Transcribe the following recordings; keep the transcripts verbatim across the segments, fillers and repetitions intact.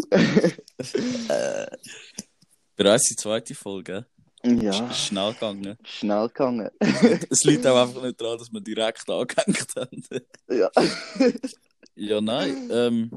äh, bereits die zweite Folge. Ja. Ist schnell gegangen. Schnell gegangen. Es liegt auch einfach nicht daran, dass wir direkt angehängt haben. Ja. Ja, nein. Ähm,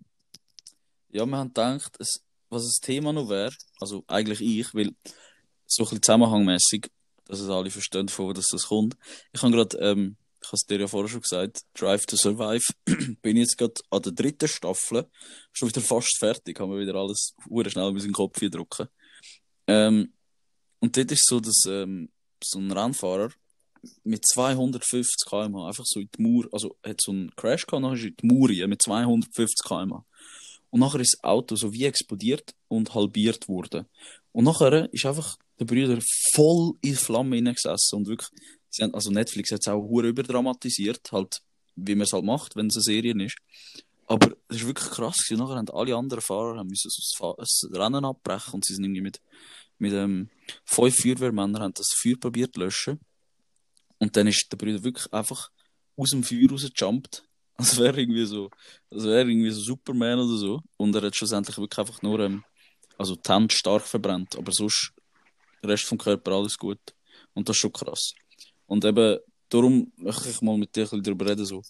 ja, wir haben gedacht, es, was das Thema noch wäre, also eigentlich ich, weil so ein bisschen zusammenhangmässig, dass es alle verstehen, von wo das kommt. Ich habe gerade, ähm, ich habe es dir ja vorher schon gesagt, Drive to Survive, bin jetzt gerade an der dritten Staffel, schon wieder fast fertig, haben wir wieder alles sehr schnell in den Kopf drücken. Ähm, und dort ist so, dass ähm, so ein Rennfahrer mit zweihundertfünfzig Kilometer pro Stunde einfach so in die Mauer, also hat so einen Crash gehabt, dann ist er in die Mauer rein mit zweihundertfünfzig Kilometer pro Stunde. Und nachher ist das Auto so wie explodiert und halbiert worden. Und nachher ist einfach der Brüder voll in Flammen hineingesessen und wirklich, sie haben, also Netflix hat es auch hure überdramatisiert, halt, wie man es halt macht, wenn es eine Serie ist. Aber es ist wirklich krass gewesen. Nachher haben alle anderen Fahrer haben müssen das, Fa- das Rennen abbrechen und sie sind irgendwie mit, mit ähm, fünf Feuerwehrmännern haben das Feuer probiert zu löschen. Und dann ist der Brüder wirklich einfach aus dem Feuer rausgejumpt. Als wäre irgendwie so, als wäre irgendwie so Superman oder so. Und er hat schlussendlich wirklich einfach nur, ähm, also die Hände stark verbrannt, aber sonst der Rest vom Körper alles gut. Und das ist schon krass. Und eben, darum möchte ich mal mit dir ein bisschen darüber reden, so.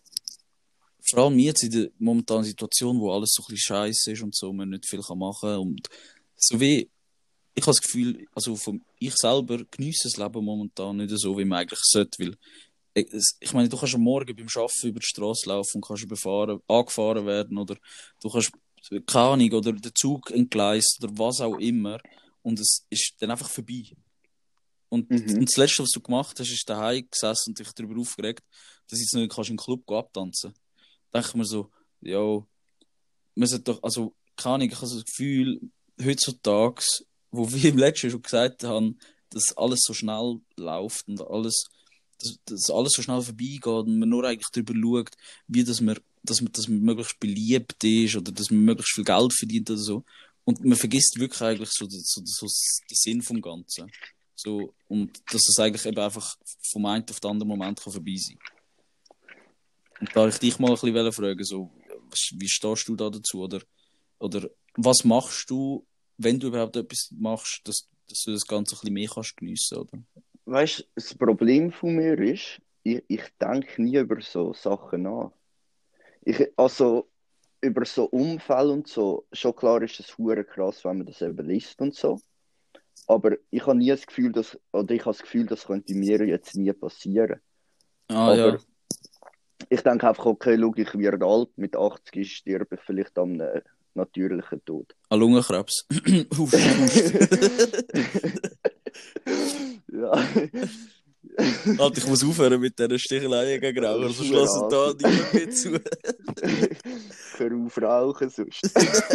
Vor allem jetzt in der momentanen Situation, wo alles so ein bisschen scheiße ist und so, man nicht viel machen kann. Und so wie, ich habe das Gefühl, also von, ich selber geniesse das Leben momentan nicht so, wie man eigentlich sollte, weil ich meine, du kannst am Morgen beim Arbeiten über die Straße laufen und kannst überfahren, angefahren werden oder du kannst, keine Ahnung, oder der Zug entgleist oder was auch immer und es ist dann einfach vorbei. Und, Mhm. und das Letzte, was du gemacht hast, ist daheim gesessen und dich darüber aufgeregt, dass du jetzt nicht kannst in den Club abtanzen. Da denke ich mir so, ja, wir sollten doch, also, keine Ahnung, ich habe so das Gefühl, heutzutage, wo wir im letzten schon gesagt haben, dass alles so schnell läuft und alles, dass, dass alles so schnell vorbeigeht und man nur eigentlich darüber schaut, wie dass man, dass man, dass man möglichst beliebt ist oder dass man möglichst viel Geld verdient oder so. Und man vergisst wirklich eigentlich so, so, so den Sinn vom Ganzen. So, und dass es eigentlich eben einfach vom einen auf den anderen Moment kann vorbei sein. Und da ich dich mal ein bisschen fragen, so, wie stehst du da dazu? Oder, oder was machst du, wenn du überhaupt etwas machst, dass, dass du das Ganze ein bisschen mehr kannst geniessen, oder? Weißt du, das Problem von mir ist, ich, ich denke nie über so Sachen nach. Ich, also über so Unfälle und so, schon klar ist es hure krass, wenn man das eben liest und so. Aber ich habe nie das Gefühl, dass, oder ich habe das Gefühl, das könnte mir jetzt nie passieren. Ah, Aber ja. ich denke einfach, okay, schau, ich werde alt, mit achtzig ist sterbe vielleicht an einem natürlichen Tod. An Lungenkrebs. Uff, Ja. Alter, ich muss aufhören mit diesen Sticheleien gegen Raucher, Das ist sonst lassen da verdammt. niemand mehr zu. Hör auf rauchen sonst.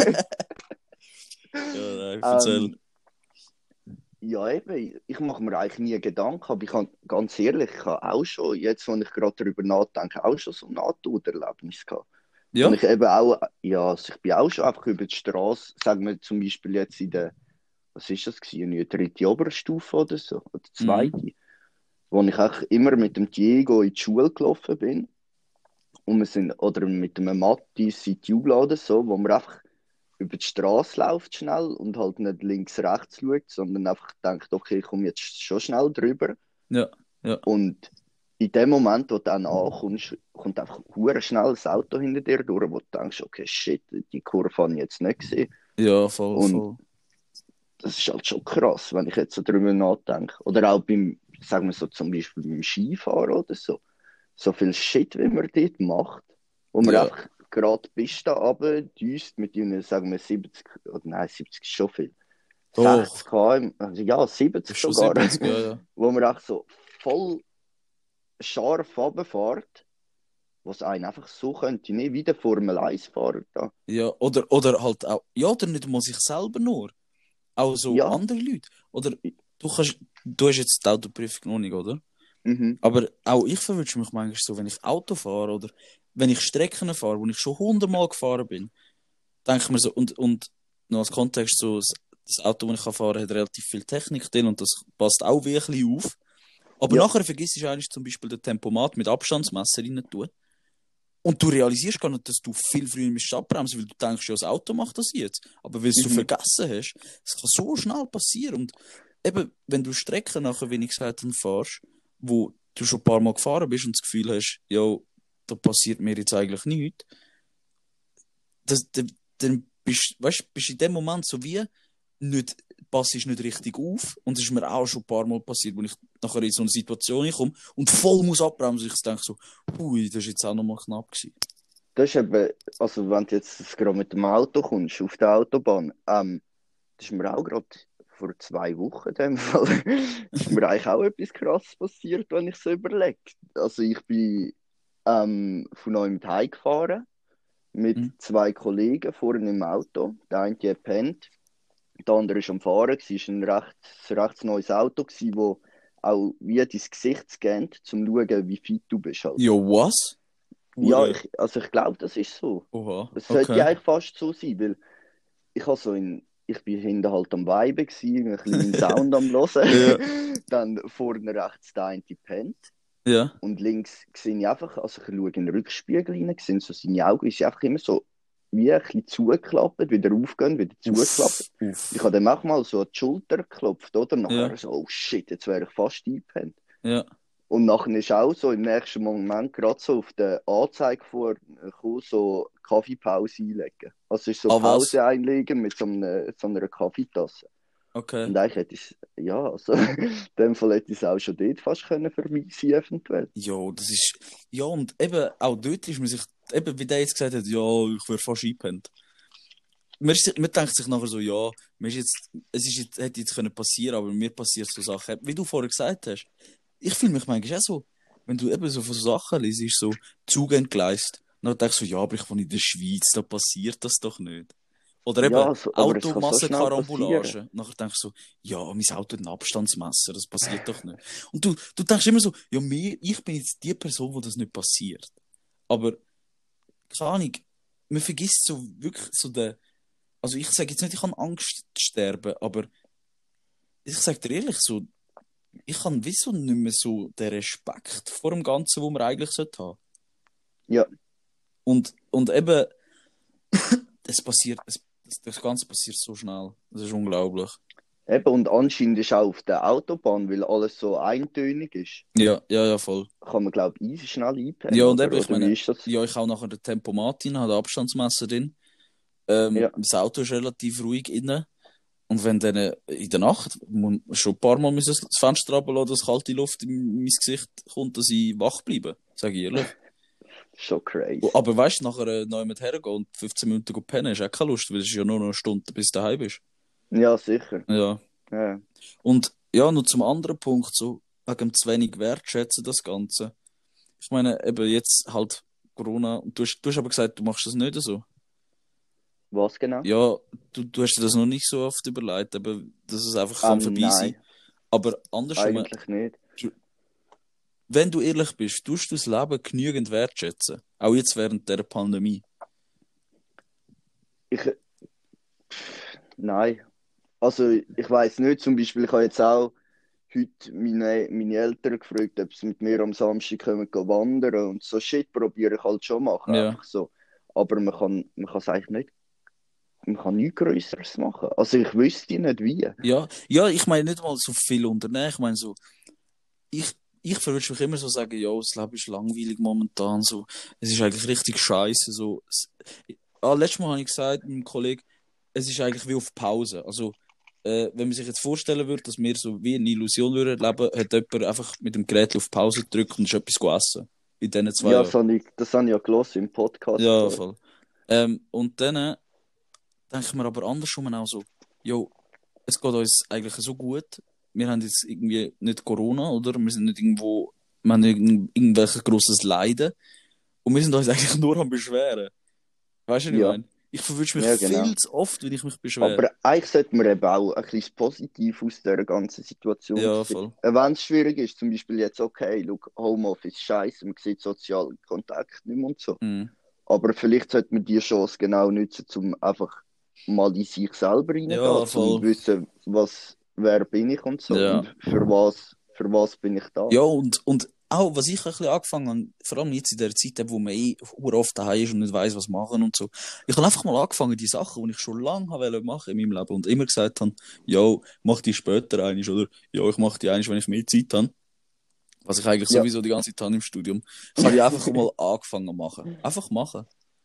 Ja, nein, erzähl. Ähm, ja, eben, ich mache mir eigentlich nie Gedanken, aber ich kann, ganz ehrlich, ich habe auch schon, jetzt, wenn ich gerade darüber nachdenke, auch schon so ein Nahtoderlebnis gehabt. Ja? Und ich eben auch, ja, also ich bin auch schon einfach über die Straße, sagen wir zum Beispiel jetzt in der, was ist das gewesen, eine dritte Oberstufe oder so, oder zweite, Mhm. wo ich auch immer mit dem Diego in die Schule gelaufen bin. Und wir sind, oder mit einem Mattis in die Jubla oder so, wo man einfach über die Straße läuft schnell und halt nicht links, rechts schaut, sondern einfach denkt, okay, ich komme jetzt schon schnell drüber. Ja, ja. Und in dem Moment, wo du dann ankommst, kommt einfach hure schnell das Auto hinter dir durch, wo du denkst, okay, shit, die Kurve habe ich jetzt nicht gesehen. Ja, voll, Und voll. das ist halt schon krass, wenn ich jetzt so drüber nachdenke. Oder auch beim, sagen wir so, zum Beispiel beim Skifahren oder so. So viel Shit, wie man dort macht, wo man Ja. einfach gerade die Piste runterdüst mit ihnen, sagen wir siebzig, oder nein, siebzig ist schon viel. Doch. sechzig Kilometer, also ja, siebzig Ist schon sogar. siebzig, ja, ja. Wo man auch so voll scharf runterfährt, was einen einfach so könnte, nicht wie der Formel eins Fahrer da. Ja, oder, oder halt auch, ja, oder nicht mal sich selber nur. Auch so Ja, andere Leute. Oder du kannst, du hast jetzt die Autoprüfung noch nicht, oder? mhm. Aber auch ich verwünsche mich manchmal so, wenn ich Auto fahre oder wenn ich Strecken fahre, wo ich schon hundertmal gefahren bin, denke ich mir so, und, und noch als Kontext, so, das, das Auto, das ich fahren kann, hat relativ viel Technik drin und das passt auch wirklich auf. Aber Ja. nachher vergisst du eigentlich zum Beispiel den Tempomat mit Abstandsmesser rein tun. Und du realisierst gar nicht, dass du viel früher musst abbremsen, weil du denkst, ja, das Auto macht das jetzt. Aber weil du Mhm. vergessen hast, es kann so schnell passieren. Und eben, wenn du Strecken nachher, wie ich gesagt habe, fährst, wo du schon ein paar Mal gefahren bist und das Gefühl hast, ja, da passiert mir jetzt eigentlich nichts, das, dann, dann bist du bist in dem Moment so wie nicht, passt nicht richtig auf. Und es ist mir auch schon ein paar Mal passiert, wo ich nachher in so eine Situation komme und voll muss abbremsen. Ich denke so, hui, das war jetzt auch nochmal knapp gewesen. Das ist eben, also wenn du jetzt gerade mit dem Auto kommst, auf der Autobahn, ähm, das ist mir auch gerade vor zwei Wochen in dem Fall, ist mir eigentlich auch etwas Krasses passiert, wenn ich so überlege. Also ich bin ähm, von neuem mit heimgefahren, mit Mhm. zwei Kollegen vorne im Auto. Der eine hat gepennt, der andere war am Fahren. Es war ein recht, ein recht neues Auto, das auch wie dein Gesicht scannt, um zu schauen, wie fit du bist. Halt. Ja, was? Ja, Hure. ich, also ich glaube, das ist so. Oha, Es sollte okay. ja eigentlich fast so sein, weil ich habe so in, ich bin hinten halt am Viben gewesen, ein bisschen meinen Sound am Ja, hören. Dann vorne rechts der eine pennt ja. und links sehe ich einfach, also ich schaue in den Rückspiegel rein, sehe so seine Augen, ist einfach immer so wie ein bisschen zugeklappt, wieder aufgehen, wieder zugeklappt. Uff, uff. Ich habe dann manchmal so an die Schulter geklopft, oder? Nachher Ja, so, oh shit, jetzt wäre ich fast eingepennt. ja. Und nachher ist auch so im nächsten Moment gerade so auf der Anzeige vorgekommen, so Kaffeepause einlegen. Also es ist so Ah, was? Pause einlegen mit so einer, so einer Kaffeetasse. Okay. Und eigentlich hätte ich es, ja, also in dem Fall hätte ich es auch schon dort fast können verweisen eventuell. Ja, das ist. Ja, und eben, auch dort ist man sich. Eben, wie der jetzt gesagt hat, ja, ich wäre fast eingepennt. Man, ist, man denkt sich nachher so, ja, man ist jetzt, es ist jetzt, hätte jetzt können passieren, aber mir passiert so Sachen. Wie du vorher gesagt hast, ich fühle mich manchmal auch so, wenn du eben so von so Sachen liest, so Zug entgleist, dann denkst du so, ja, aber ich wohne in der Schweiz, da passiert das doch nicht. Oder eben Ja, so, aber es kann so schnell passieren. Automassenkarambolage. Nachher denkst du so, ja, mein Auto hat ein Abstandsmesser, das passiert doch nicht. Und du, du denkst immer so, ja, mir, ich bin jetzt die Person, wo das nicht passiert. Aber, keine Ahnung, man vergisst so wirklich so den, also ich sage jetzt nicht, ich habe Angst zu sterben, aber ich sage dir ehrlich, so, ich habe wieso nicht mehr so den Respekt vor dem Ganzen, wo man eigentlich sollte haben. Ja, Und, und eben, es passiert, es, das, das Ganze passiert so schnell. Das ist unglaublich. eben, und anscheinend ist auch auf der Autobahn, weil alles so eintönig ist, Ja, ja, ja, voll. kann man, glaube ich, easy schnell einpennen, Ja, und oder? eben, ich Oder wie meine, ist das? ja, ich habe nachher den Tempomat drin, habe den Abstandsmesser drin. Ähm, Ja, das Auto ist relativ ruhig innen. Und wenn dann äh, in der Nacht mu- schon ein paar Mal müssen das Fenster runterlassen, dass kalte Luft in mein Gesicht kommt, dass ich wach bleibe, sage ich ehrlich. schon crazy. Oh, aber weißt du, nachher äh, neu mit hergehen und fünfzehn Minuten go pennen, ist auch keine Lust, weil es ist ja nur noch eine Stunde, bis du daheim bist. Ja, sicher. Ja. Ja. Und ja, noch zum anderen Punkt, so wegen dem zu wenig wertschätzen, das Ganze. Ich meine, eben jetzt halt Corona, und du hast, du hast aber gesagt, du machst das nicht so. Was genau? Ja, du, du hast dir das noch nicht so oft überlegt, aber dass es einfach kann Ähm, vorbei sein. nein, Aber andersrum, eigentlich nicht. du- wenn du ehrlich bist, tust du das Leben genügend wertschätzen. Auch jetzt während der Pandemie. Ich, nein. Also, ich weiß nicht, zum Beispiel, ich habe jetzt auch heute meine, meine Eltern gefragt, ob sie mit mir am Samstag können gehen wandern und so Shit probiere ich halt schon machen, Ja. einfach so. Aber man kann, man kann es eigentlich nicht, man kann nichts Größeres machen. Also ich wüsste nicht wie. Ja, ja, ich meine nicht mal so viel unternehmen. Ich meine so, ich, ich würde mich immer so sagen, ja, das Leben ist langweilig momentan. So. Es ist eigentlich richtig scheiße. So. Es, ah, letztes Mal habe ich gesagt, meinem Kollegen, es ist eigentlich wie auf Pause. Also, äh, wenn man sich jetzt vorstellen würde, dass wir so wie eine Illusion würden leben, hat jemand einfach mit dem Gerät auf Pause gedrückt und ist etwas gegessen. In diesen zwei Ja, Jahren. das habe ich, das habe ich ja gelesen im Podcast. Ja, vorher. voll. Ähm, und dann äh, denke ich mir aber andersrum auch so, jo, es geht uns eigentlich so gut. Wir haben jetzt irgendwie nicht Corona, oder? Wir sind nicht irgendwo, wir haben nicht irgend- irgendwelches grosses Leiden. Und wir sind uns eigentlich nur am Beschweren. Weißt du, was ich Ja, meine? Ich verwünsche mich ja, viel genau. zu oft, wenn ich mich beschwere. Aber eigentlich sollte man eben auch ein bisschen positiv aus dieser ganzen Situation Ja, ziehen. voll. Äh, Wenn es schwierig ist, zum Beispiel jetzt, okay, look, Homeoffice scheiße, man sieht sozialen Kontakt nicht mehr und so. Mhm. Aber vielleicht sollte man die Chance genau nutzen, um einfach mal in sich selber reingehen, Ja, um voll. wissen, was, wer bin ich und so Ja. und für was, für was bin ich da. Ja, und, und auch, was ich ein bisschen angefangen habe, vor allem jetzt in der Zeit, wo man eh oft daheim ist und nicht weiss, was machen und so. Ich habe einfach mal angefangen, die Sachen, die ich schon lange wollte machen in meinem Leben und immer gesagt habe, ja, mach die später einig oder ja, ich mache die einig, wenn ich mehr Zeit habe. Was ich eigentlich Ja. sowieso die ganze Zeit habe im Studium. Das habe ich einfach mal angefangen zu machen. Einfach machen.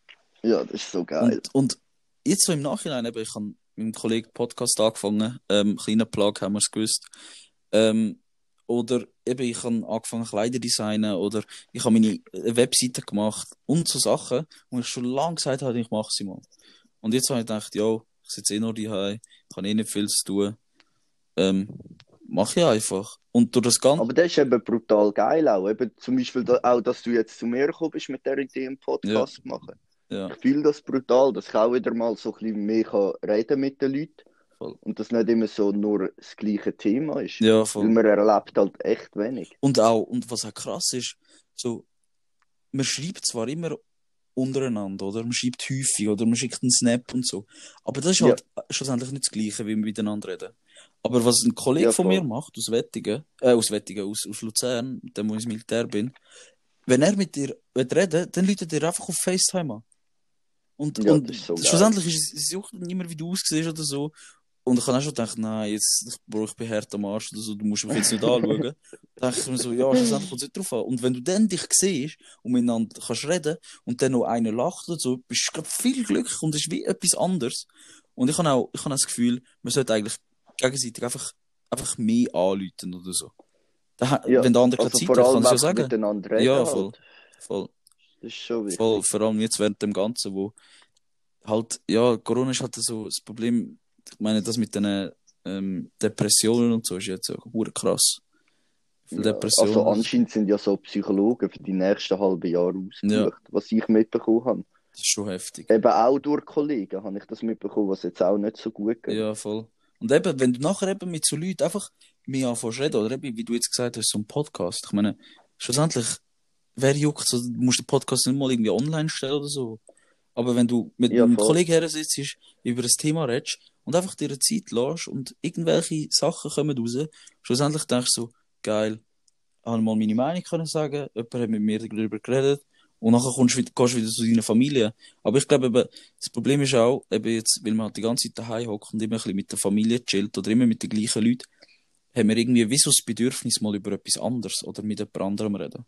Ja, das ist so geil. Und, und jetzt so im Nachhinein, eben, ich habe mit einem Kollegen Podcast angefangen, ähm, kleiner Plug, haben wir es gewusst. Ähm, oder eben, ich habe angefangen Kleider designen oder ich habe meine Webseite gemacht und so Sachen, wo ich schon lange gesagt habe, ich mache sie mal. Und jetzt habe ich gedacht, ja, ich sitze eh noch daheim, ich habe eh nicht viel zu tun. Ähm, mach ich einfach. Und durch das Ganze... Aber das ist eben brutal geil auch. Eben zum Beispiel da, auch, dass du jetzt zu mir gekommen bist mit der Idee, einen Podcast zu machen. Ja, Ich fühle das brutal, dass ich auch wieder mal so ein bisschen mehr kann reden mit den Leuten voll. und das nicht immer so nur das gleiche Thema ist. Ja, Weil voll. man erlebt halt echt wenig. Und auch, und was auch krass ist, so, man schreibt zwar immer untereinander, oder? Man schreibt häufig, oder man schickt einen Snap und so. Aber das ist Ja. halt schlussendlich nicht das Gleiche, wie wir miteinander reden. Aber was ein Kollege Ja, von voll. mir macht, aus Wettigen, äh, aus Wettigen, aus, aus Luzern, mit dem, wo ich ins Militär bin, wenn er mit dir will reden, dann läutet er einfach auf FaceTime an. Und, Ja, und das ist so geil. schlussendlich ist es, es juckt nicht mehr, wie du aussiehst oder so. Und ich habe auch schon gedacht, nein, jetzt, Bro, ich bin hart am Arsch oder so, du musst mich jetzt nicht anschauen. Da dachte ich mir so, ja, schlussendlich kommt es nicht drauf an. Und wenn du dann dich siehst und miteinander kannst reden und dann noch einer lacht oder so, bist du grad viel glücklich und es ist wie etwas anderes. Und ich habe auch, ich habe auch das Gefühl, man sollte eigentlich gegenseitig einfach, einfach mehr anrufen oder so. Da, Ja, wenn der andere keine also Zeit vor hat, kann allem er es ja einfach sagen. miteinander reden Ja, halt. voll. Voll. Das ist schon wichtig. Voll, vor allem jetzt während dem Ganzen, wo halt, ja, Corona ist halt so das Problem. Ich meine, das mit den ähm, Depressionen und so ist jetzt auch hure krass. Viele Ja, Depressionen. also anscheinend sind ja so Psychologen für die nächsten halben Jahre ausgesucht, Ja. was ich mitbekommen habe. Das ist schon heftig. Eben auch durch Kollegen habe ich das mitbekommen, was jetzt auch nicht so gut geht. Ja, voll. Und eben, wenn du nachher eben mit so Leuten einfach mehr anfängst zu reden, oder eben, wie du jetzt gesagt hast, so ein Podcast. Ich meine, schlussendlich, wer juckt, so, du musst den Podcast nicht mal irgendwie online stellen oder so. Aber wenn du mit Ja, einem voll. Kollegen her sitzt, über das Thema redest und einfach dir eine Zeit lässt und irgendwelche Sachen kommen raus, schlussendlich denkst du so, geil, ich habe mal meine Meinung können sagen, jemand hat mit mir darüber geredet und nachher kommst du wieder, gehst du wieder zu deiner Familie. Aber ich glaube eben, das Problem ist auch, eben jetzt, weil man halt die ganze Zeit daheim hockt und immer ein bisschen mit der Familie chillt oder immer mit den gleichen Leuten, haben wir irgendwie wie so das Bedürfnis, mal über etwas anderes oder mit jemand anderem reden.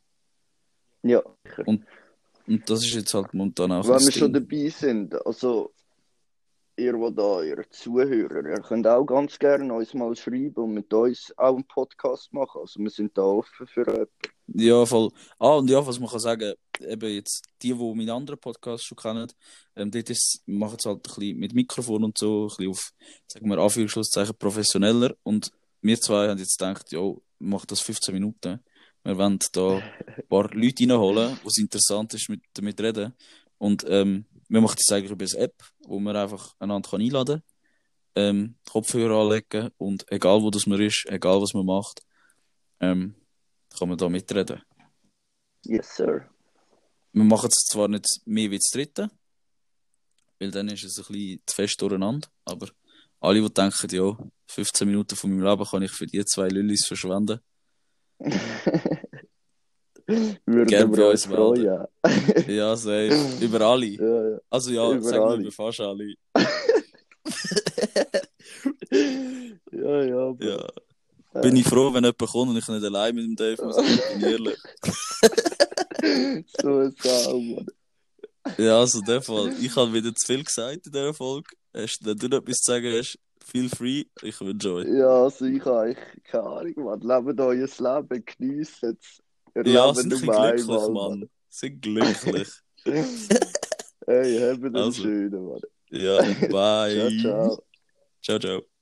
Ja, sicher. Und, und das ist jetzt halt momentan auch Wenn das wir schon Ding. dabei sind, also ihr, die da, ihr Zuhörer, ihr könnt auch ganz gerne uns mal schreiben und mit uns auch einen Podcast machen. Also wir sind da offen für jemanden. Ja, voll. Ah, und ja, was man kann sagen, eben jetzt, die, die meinen anderen Podcast schon kennen, ähm, dort ist, machen es halt ein bisschen mit Mikrofon und so, ein bisschen auf, sagen wir, Anführungszeichen professioneller. Und wir zwei haben jetzt gedacht, ja, wir machen das fünfzehn Minuten. Wir wollen da ein paar Leute reinholen, wo es interessant ist, mit, damit reden. Und ähm, wir machen das eigentlich über eine App, wo man einfach einander kann einladen kann, ähm, Kopfhörer anlegen und egal wo das man ist, egal was man macht, ähm, kann man da mitreden. Yes, sir. Wir machen es zwar nicht mehr wie das dritte, weil dann ist es ein bisschen zu fest durcheinander, aber alle, die denken, ja, fünfzehn Minuten von meinem Leben kann ich für die zwei Lillis verschwenden. Würden Gerne bei wir uns uns freuen. melden. Ja, safe. Über alle. Ja, ja. Also ja, Über sagen wir alle. über fast alle. Ja, ja, Bro. Ja. Bin ich froh, wenn jemand kommt und ich nicht allein mit dem Dave muss. Bin ich ehrlich. So ein Sau, Mann. Ja, also in dem Fall. Ich habe wieder zu viel gesagt in dieser Folge. Hast- Wenn du noch etwas zu sagen hast, feel free. Ich enjoy. Ja, also ich habe eigentlich keine Ahnung, Mann. Lebt euer Leben, geniessen es. Ihr Ja, lebt sind ein nur bisschen glücklich, einmal, Mann. Sind glücklich. Hey, habt einen Also. schönen, Mann. Ja, bye. Ciao, ciao. Ciao, ciao.